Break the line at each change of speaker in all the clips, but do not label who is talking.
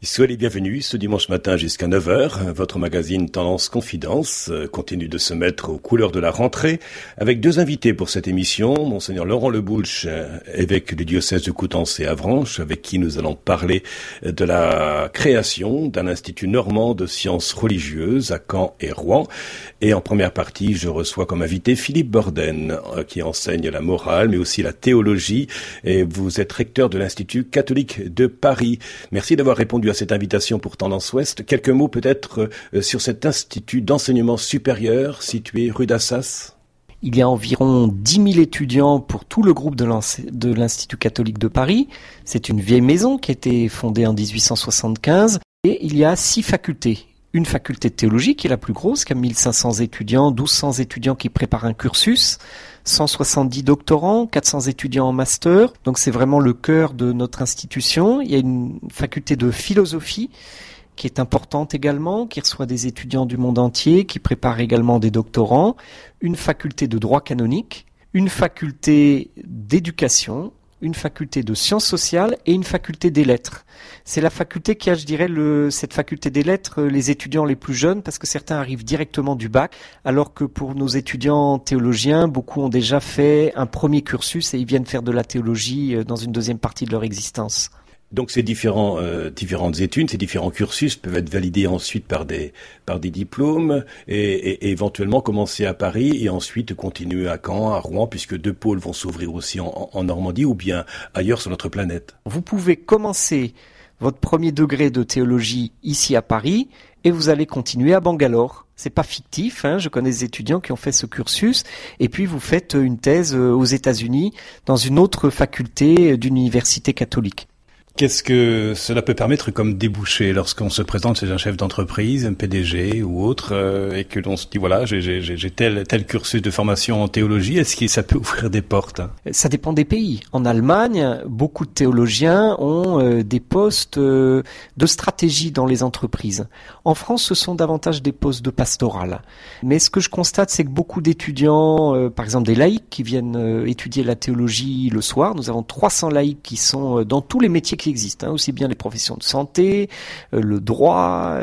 Soyez les bienvenus ce dimanche matin jusqu'à 9h. Votre magazine Tendance Confidence continue de se mettre aux couleurs de la rentrée avec deux invités pour cette émission. Monseigneur Laurent Leboulch, évêque du diocèse de Coutances et Avranches, avec qui nous allons parler de la création d'un institut normand de sciences religieuses à Caen et Rouen. Et en première partie, je reçois comme invité Philippe Borden, qui enseigne la morale mais aussi la théologie. Et vous êtes recteur de l'Institut catholique de Paris. Merci d'avoir répondu à cette invitation pour Tendance Ouest. Quelques mots peut-être sur cet institut d'enseignement supérieur situé rue d'Assas.
Il y a environ 10 000 étudiants pour tout le groupe de l'Institut catholique de Paris. C'est une vieille maison qui a été fondée en 1875 et il y a 6 facultés. Une faculté de théologie qui est la plus grosse, qui a 1500 étudiants, 1200 étudiants qui préparent un cursus, 170 doctorants, 400 étudiants en master. Donc c'est vraiment le cœur de notre institution. Il y a une faculté de philosophie qui est importante également, qui reçoit des étudiants du monde entier, qui prépare également des doctorants. Une faculté de droit canonique, une faculté d'éducation, une faculté de sciences sociales et une faculté des lettres. C'est la faculté qui a, je dirais, cette faculté des lettres, les étudiants les plus jeunes, parce que certains arrivent directement du bac, alors que pour nos étudiants théologiens, beaucoup ont déjà fait un premier cursus et ils viennent faire de la théologie dans une deuxième partie de leur existence.
Donc ces différentes études, ces différents cursus peuvent être validés ensuite par des diplômes et éventuellement commencer à Paris et ensuite continuer à Caen, à Rouen, puisque 2 pôles vont s'ouvrir aussi en Normandie ou bien ailleurs sur notre planète.
Vous pouvez commencer votre premier degré de théologie ici à Paris et vous allez continuer à Bangalore. C'est pas fictif, je connais des étudiants qui ont fait ce cursus et puis vous faites une thèse aux États-Unis dans une autre faculté d'une université catholique.
Qu'est-ce que cela peut permettre comme débouché lorsqu'on se présente chez un chef d'entreprise, un PDG ou autre, et que l'on se dit voilà, j'ai tel cursus de formation en théologie, est-ce que ça peut ouvrir des portes?
Ça dépend des pays. En Allemagne, beaucoup de théologiens ont des postes de stratégie dans les entreprises. En France, ce sont davantage des postes de pastoral. Mais ce que je constate, c'est que beaucoup d'étudiants, par exemple des laïcs qui viennent étudier la théologie le soir, nous avons 300 laïcs qui sont dans tous les métiers qui existent, aussi bien les professions de santé, le droit,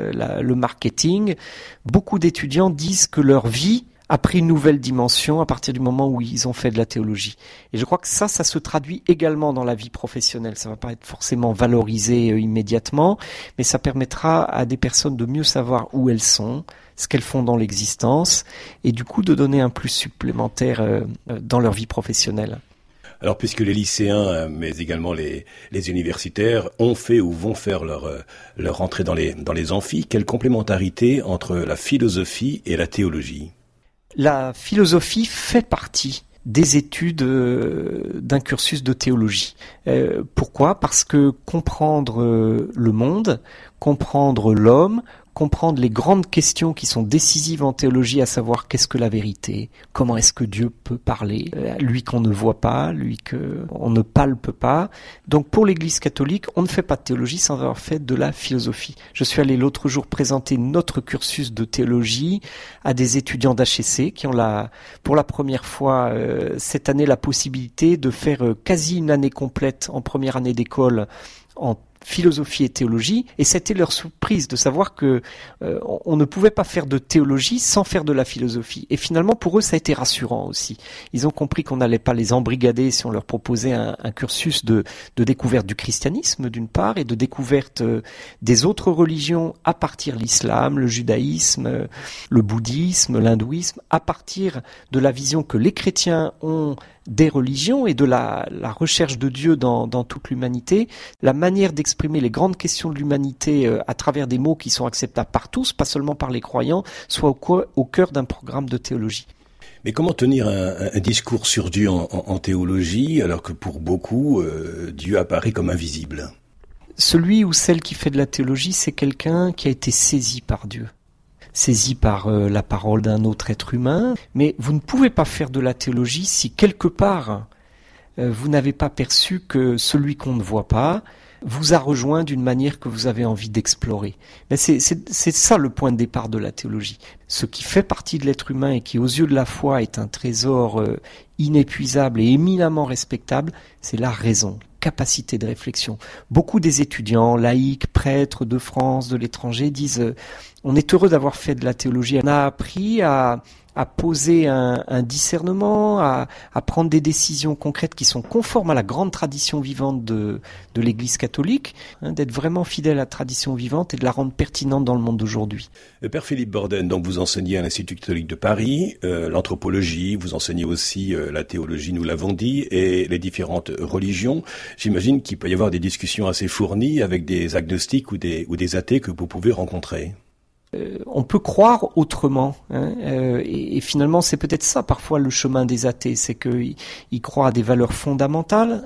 le marketing. Beaucoup d'étudiants disent que leur vie a pris une nouvelle dimension à partir du moment où ils ont fait de la théologie. Et je crois que ça se traduit également dans la vie professionnelle. Ça va pas être forcément valorisé immédiatement, mais ça permettra à des personnes de mieux savoir où elles sont, ce qu'elles font dans l'existence, et du coup de donner un plus supplémentaire dans leur vie professionnelle.
Alors, puisque les lycéens, mais également les universitaires, ont fait ou vont faire leur entrée dans les amphis, quelle complémentarité entre la philosophie et la théologie?
La philosophie fait partie des études d'un cursus de théologie. Pourquoi ? Parce que comprendre le monde, comprendre l'homme, comprendre les grandes questions qui sont décisives en théologie, à savoir qu'est-ce que la vérité, comment est-ce que Dieu peut parler, lui qu'on ne voit pas, lui qu'on ne palpe pas. Donc pour l'Église catholique, on ne fait pas de théologie sans avoir fait de la philosophie. Je suis allé l'autre jour présenter notre cursus de théologie à des étudiants d'HEC qui ont pour la première fois cette année la possibilité de faire quasi une année complète en première année d'école en philosophie et théologie, et c'était leur surprise de savoir que on ne pouvait pas faire de théologie sans faire de la philosophie. Et finalement, pour eux, ça a été rassurant aussi. Ils ont compris qu'on n'allait pas les embrigader si on leur proposait un cursus de découverte du christianisme, d'une part, et de découverte des autres religions à partir de l'islam, le judaïsme, le bouddhisme, l'hindouisme, à partir de la vision que les chrétiens ont des religions et de la recherche de Dieu dans toute l'humanité, la manière d'exprimer les grandes questions de l'humanité à travers des mots qui sont acceptables par tous, pas seulement par les croyants, soit au cœur d'un programme de théologie.
Mais comment tenir un discours sur Dieu en théologie, alors que pour beaucoup, Dieu apparaît comme invisible?
Celui ou celle qui fait de la théologie, c'est quelqu'un qui a été saisi par Dieu. Saisi par la parole d'un autre être humain, mais vous ne pouvez pas faire de la théologie si quelque part vous n'avez pas perçu que celui qu'on ne voit pas vous a rejoint d'une manière que vous avez envie d'explorer. Mais c'est ça le point de départ de la théologie. Ce qui fait partie de l'être humain et qui aux yeux de la foi est un trésor inépuisable et éminemment respectable, c'est la raison, capacité de réflexion. Beaucoup des étudiants laïcs, prêtres de France, de l'étranger disent on est heureux d'avoir fait de la théologie. On a appris à poser un discernement, à prendre des décisions concrètes qui sont conformes à la grande tradition vivante de l'Église catholique, d'être vraiment fidèle à la tradition vivante et de la rendre pertinente dans le monde d'aujourd'hui.
Père Philippe Borden, donc vous enseignez à l'Institut catholique de Paris l'anthropologie, vous enseignez aussi la théologie, nous l'avons dit, et les différentes religions. J'imagine qu'il peut y avoir des discussions assez fournies avec des agnostiques ou des athées que vous pouvez rencontrer.
On peut croire autrement, et finalement c'est peut-être ça parfois le chemin des athées, c'est qu'ils croient à des valeurs fondamentales,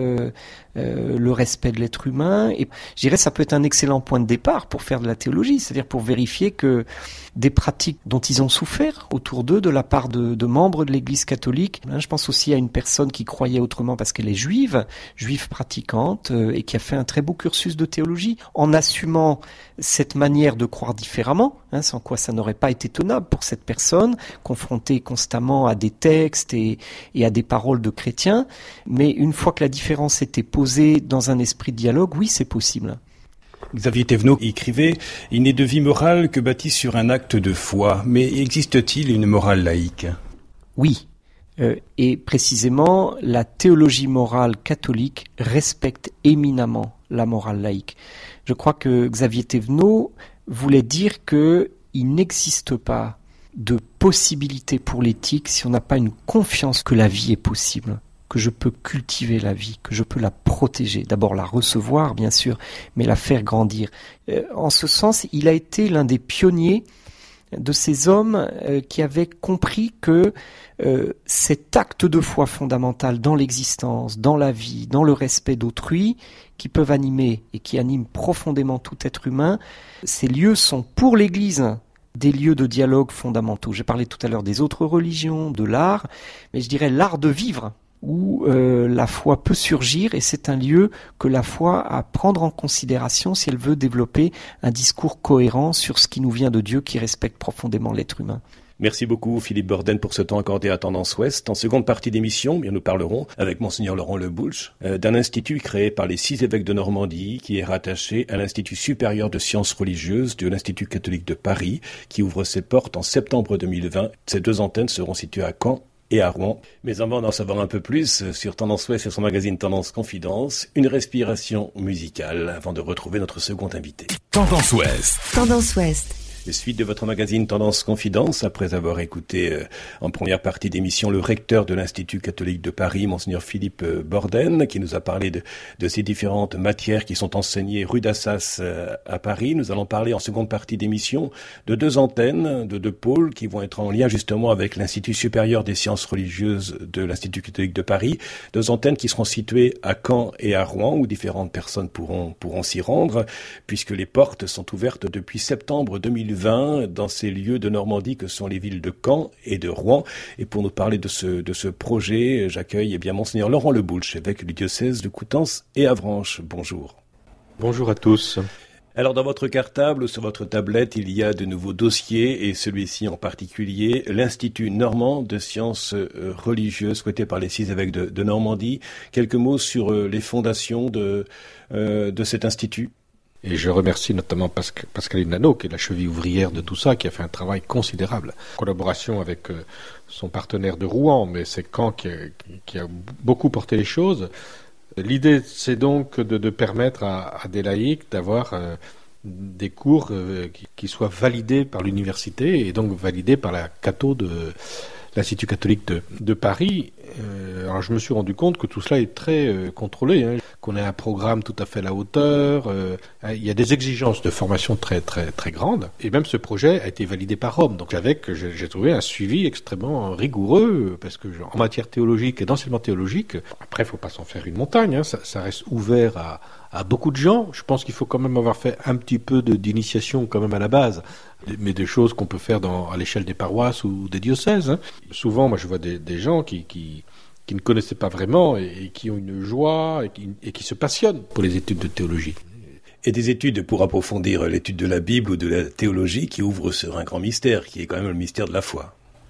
le respect de l'être humain, et je dirais ça peut être un excellent point de départ pour faire de la théologie, c'est-à-dire pour vérifier que des pratiques dont ils ont souffert autour d'eux de la part de membres de l'Église catholique. Je pense aussi à une personne qui croyait autrement parce qu'elle est juive pratiquante, et qui a fait un très beau cursus de théologie en assumant cette manière de croire différemment, sans quoi ça n'aurait pas été tenable pour cette personne, confrontée constamment à des textes et à des paroles de chrétiens. Mais une fois que la différence était posée dans un esprit de dialogue, oui, c'est possible.
Xavier Thévenot écrivait « Il n'est de vie morale que bâtie sur un acte de foi. Mais existe-t-il une morale laïque ?»
Oui. Et précisément, la théologie morale catholique respecte éminemment la morale laïque. Je crois que Xavier Thévenot voulait dire qu'il n'existe pas de possibilité pour l'éthique si on n'a pas une confiance que la vie est possible, que je peux cultiver la vie, que je peux la protéger. D'abord la recevoir, bien sûr, mais la faire grandir. En ce sens, il a été l'un des pionniers de ces hommes qui avaient compris que cet acte de foi fondamental dans l'existence, dans la vie, dans le respect d'autrui, qui peuvent animer et qui animent profondément tout être humain, ces lieux sont pour l'Église des lieux de dialogue fondamentaux. J'ai parlé tout à l'heure des autres religions, de l'art, mais je dirais l'art de vivre, où la foi peut surgir, et c'est un lieu que la foi a à prendre en considération si elle veut développer un discours cohérent sur ce qui nous vient de Dieu, qui respecte profondément l'être humain.
Merci beaucoup Philippe Borden pour ce temps accordé à Tendance Ouest. En seconde partie d'émission, nous parlerons avec Monseigneur Laurent Le Boulch d'un institut créé par les 6 évêques de Normandie qui est rattaché à l'Institut supérieur de sciences religieuses de l'Institut catholique de Paris qui ouvre ses portes en septembre 2020. Ces 2 antennes seront situées à Caen et à Rouen. Mais avant d'en savoir un peu plus sur Tendance Ouest et son magazine Tendance Confidence, une respiration musicale avant de retrouver notre second invité.
Tendance Ouest.
Tendance Ouest.
Suite de votre magazine Tendance Confidence, après avoir écouté en première partie d'émission le recteur de l'Institut catholique de Paris, Monseigneur Philippe Borden, qui nous a parlé de ces différentes matières qui sont enseignées rue d'Assas à Paris. Nous allons parler en seconde partie d'émission de 2 antennes, de 2 pôles qui vont être en lien justement avec l'Institut supérieur des sciences religieuses de l'Institut catholique de Paris. 2 antennes qui seront situées à Caen et à Rouen, où différentes personnes pourront s'y rendre, puisque les portes sont ouvertes depuis septembre 2020 dans ces lieux de Normandie que sont les villes de Caen et de Rouen. Et pour nous parler de ce projet, j'accueille Monseigneur Laurent Le Boulch, évêque du diocèse de Coutances et Avranches. Bonjour.
Bonjour à tous.
Alors dans votre cartable ou sur votre tablette, il y a de nouveaux dossiers et celui-ci en particulier, l'Institut normand de sciences religieuses souhaité par les 6 évêques de Normandie. Quelques mots sur les fondations de cet institut.
Et je remercie notamment Pascaline Nano, qui est la cheville ouvrière de tout ça, qui a fait un travail considérable. En collaboration avec son partenaire de Rouen, mais c'est Caen qui a beaucoup porté les choses. L'idée, c'est donc de permettre à des laïcs d'avoir des cours qui soient validés par l'université et donc validés par la catho de l'Institut catholique de Paris. Alors je me suis rendu compte que tout cela est très contrôlé, qu'on a un programme tout à fait à la hauteur, il y a des exigences de formation très très très grandes, et même ce projet a été validé par Rome. Donc j'ai trouvé un suivi extrêmement rigoureux, parce que en matière théologique et d'enseignement théologique, après il ne faut pas s'en faire une montagne, ça reste ouvert à beaucoup de gens. Je pense qu'il faut quand même avoir fait un petit peu d'initiation quand même à la base, mais des choses qu'on peut faire à l'échelle des paroisses ou des diocèses. Souvent, moi je vois des gens qui ne connaissaient pas vraiment et qui ont une joie et qui se passionnent pour les études de théologie.
Et des études pour approfondir l'étude de la Bible ou de la théologie qui ouvrent sur un grand mystère, qui est quand même le mystère de la foi.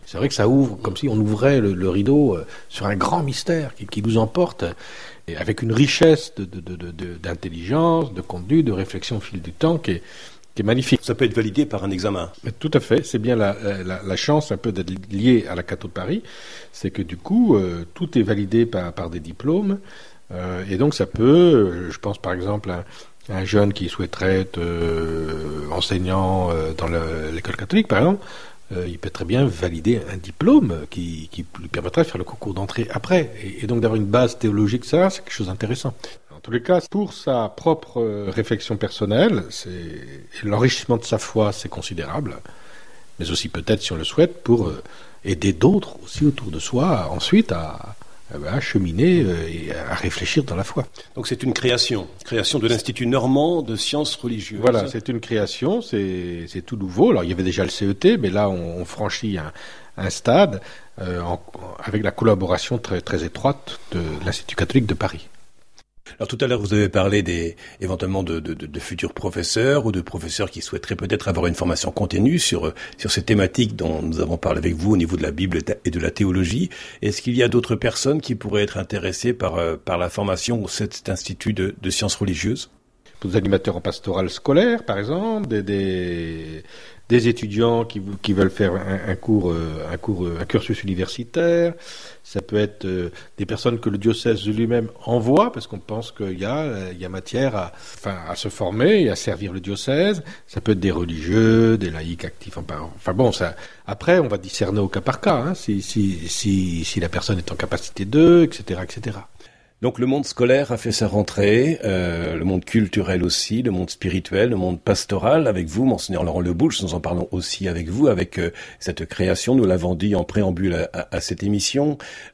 C'est vrai que ça ouvre comme si on ouvrait le rideau sur un grand mystère qui nous emporte, et avec une richesse d'intelligence, de contenu, de réflexion au fil du temps qui est magnifique.
Ça peut être validé par un examen.
Mais tout à fait, c'est bien la chance un peu d'être lié à la Catho de Paris, c'est que du coup, tout est validé par des diplômes, et donc ça peut, je pense par exemple à un jeune qui souhaiterait être enseignant dans l'école catholique, par exemple, il peut très bien valider un diplôme qui lui permettra de faire le concours d'entrée après, et donc d'avoir une base théologique, ça, c'est quelque chose d'intéressant. En tous les cas, pour sa propre réflexion personnelle, l'enrichissement de sa foi, c'est considérable, mais aussi peut-être, si on le souhaite, pour aider d'autres aussi autour de soi, ensuite à cheminer et à réfléchir dans la foi.
Donc c'est une création de l'Institut normand de sciences religieuses.
Voilà, c'est une création, c'est tout nouveau. Alors il y avait déjà le CET, mais là on franchit un stade avec la collaboration très, très étroite de l'Institut catholique de Paris.
Alors tout à l'heure, vous avez parlé éventuellement de futurs professeurs ou de professeurs qui souhaiteraient peut-être avoir une formation continue sur ces thématiques dont nous avons parlé avec vous au niveau de la Bible et de la théologie. Est-ce qu'il y a d'autres personnes qui pourraient être intéressées par la formation au cet institut de sciences religieuses?
Pour des animateurs en pastoral scolaire, par exemple, des étudiants qui veulent faire un cursus universitaire. Ça peut être des personnes que le diocèse lui-même envoie, parce qu'on pense qu'il y a matière à se former et à servir le diocèse. Ça peut être des religieux, des laïcs actifs. Enfin bon, ça. Après, on va discerner au cas par cas, hein, si la personne est en capacité d'eux, etc., etc.
Donc le monde scolaire a fait sa rentrée, le monde culturel aussi, le monde spirituel, le monde pastoral. Avec vous, Monseigneur Laurent Le Boulch, nous en parlons aussi avec vous, avec cette création, nous l'avons dit en préambule à cette émission.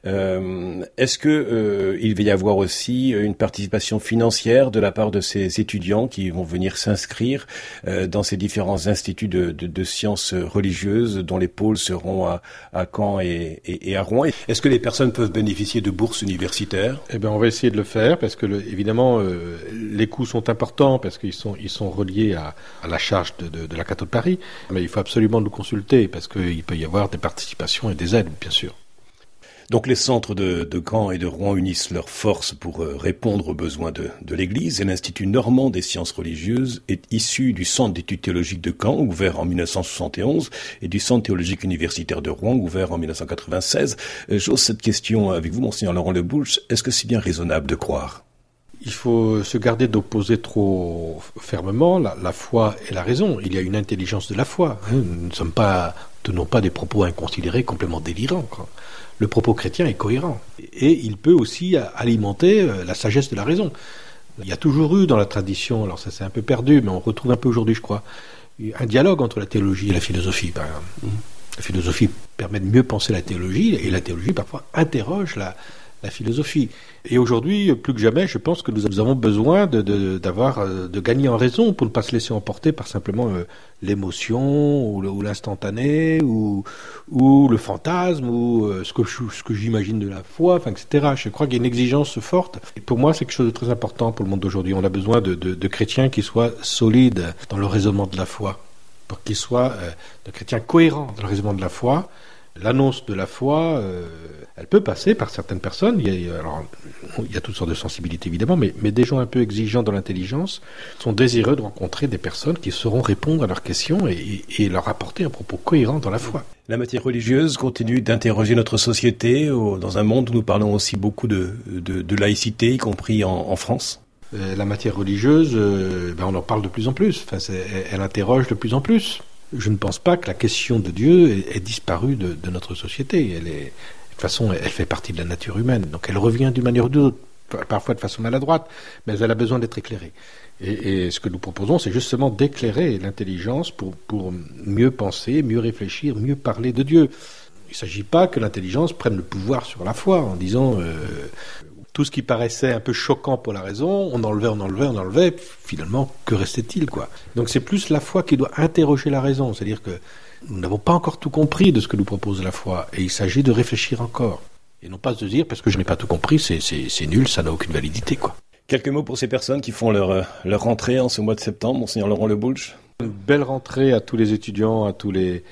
Est-ce que il va y avoir aussi une participation financière de la part de ces étudiants qui vont venir s'inscrire dans ces différents instituts de sciences religieuses dont les pôles seront à Caen et à Rouen? Est-ce que les personnes peuvent bénéficier de bourses universitaires?
Eh bien, on va essayer de le faire parce que évidemment les coûts sont importants parce qu'ils sont reliés à la charge de la Catho de Paris, mais il faut absolument nous consulter parce qu'il peut y avoir des participations et des aides, bien sûr.
Donc les centres de Caen et de Rouen unissent leurs forces pour répondre aux besoins de l'Église, et l'Institut normand des sciences religieuses est issu du Centre d'études théologiques de Caen, ouvert en 1971, et du Centre théologique universitaire de Rouen, ouvert en 1996. J'ose cette question avec vous, Monseigneur Laurent Le Boulch. Est-ce que c'est bien raisonnable de croire?
Il faut se garder d'opposer trop fermement la foi et la raison. Il y a une intelligence de la foi. Nous ne tenons pas des propos inconsidérés, complètement délirants, quoi. Le propos chrétien est cohérent. Et il peut aussi alimenter la sagesse de la raison. Il y a toujours eu dans la tradition, alors ça s'est un peu perdu, mais on retrouve un peu aujourd'hui, je crois, un dialogue entre la théologie et la philosophie, par exemple. La philosophie permet de mieux penser la théologie, et la théologie, parfois, interroge la philosophie. Et aujourd'hui, plus que jamais, je pense que nous avons besoin de gagner en raison pour ne pas se laisser emporter par simplement l'émotion ou l'instantané ou le fantasme ou ce que j'imagine de la foi, enfin, etc. Je crois qu'il y a une exigence forte. Et pour moi, c'est quelque chose de très important pour le monde d'aujourd'hui. On a besoin de chrétiens qui soient solides dans le raisonnement de la foi, pour qu'ils soient de chrétiens cohérents dans le raisonnement de la foi. L'annonce de la foi, elle peut passer par certaines personnes. Il y a toutes sortes de sensibilités, évidemment, mais des gens un peu exigeants dans l'intelligence sont désireux de rencontrer des personnes qui sauront répondre à leurs questions et leur apporter un propos cohérent dans la foi.
La matière religieuse continue d'interroger notre société dans un monde où nous parlons aussi beaucoup de laïcité, y compris en France.
La matière religieuse, on en parle de plus en plus. Enfin, elle interroge de plus en plus. Je ne pense pas que la question de Dieu ait disparu de notre société. De toute façon, elle fait partie de la nature humaine. Donc elle revient d'une manière ou d'une autre, parfois de façon maladroite, mais elle a besoin d'être éclairée. Et ce que nous proposons, c'est justement d'éclairer l'intelligence pour mieux penser, mieux réfléchir, mieux parler de Dieu. Il ne s'agit pas que l'intelligence prenne le pouvoir sur la foi en disant... tout ce qui paraissait un peu choquant pour la raison, on enlevait, finalement, que restait-il, quoi. Donc c'est plus la foi qui doit interroger la raison, c'est-à-dire que nous n'avons pas encore tout compris de ce que nous propose la foi, et il s'agit de réfléchir encore, et non pas se dire, parce que je n'ai pas tout compris, c'est nul, ça n'a aucune validité, quoi.
Quelques mots pour ces personnes qui font leur rentrée en ce mois de septembre, Monseigneur Laurent Le Boulch.
Une belle rentrée à tous les étudiants, à tous les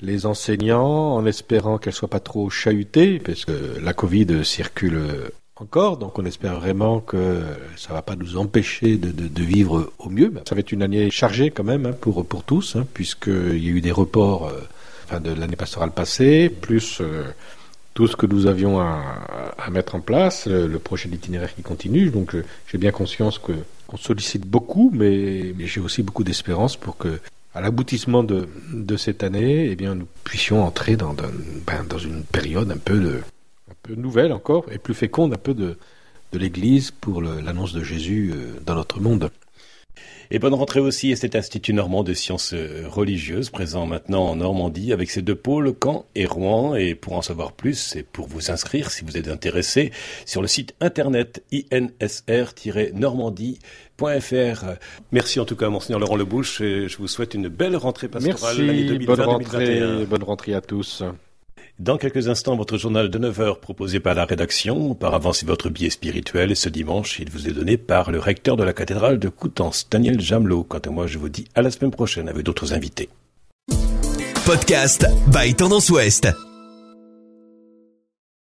les enseignants en espérant qu'elles soient pas trop chahutées, parce que la Covid circule encore, donc on espère vraiment que ça va pas nous empêcher de vivre au mieux. Ça va être une année chargée quand même pour tous, puisqu'il y a eu des reports de l'année pastorale passée, plus tout ce que nous avions à mettre en place, le projet d'itinéraire qui continue. Donc j'ai bien conscience qu'on sollicite beaucoup, mais j'ai aussi beaucoup d'espérance pour que, à l'aboutissement de cette année, eh bien, nous puissions entrer dans une période un peu nouvelle encore, et plus féconde un peu de l'Église pour l'annonce de Jésus dans notre monde.
Et bonne rentrée aussi à cet Institut normand de sciences religieuses, présent maintenant en Normandie, avec ses 2 pôles, Caen et Rouen. Et pour en savoir plus, et pour vous inscrire, si vous êtes intéressé, sur le site internet insr-normandie.fr. Merci en tout cas, Monseigneur Laurent Le Boulch, et je vous souhaite une belle rentrée pastorale l'année 2020-2021.
Bonne rentrée à tous.
Dans quelques instants, votre journal de 9h proposé par la rédaction. Auparavant, c'est votre billet spirituel. Et ce dimanche, il vous est donné par le recteur de la cathédrale de Coutances, Daniel Jamelot. Quant à moi, je vous dis à la semaine prochaine avec d'autres invités.
Podcast by Tendance Ouest.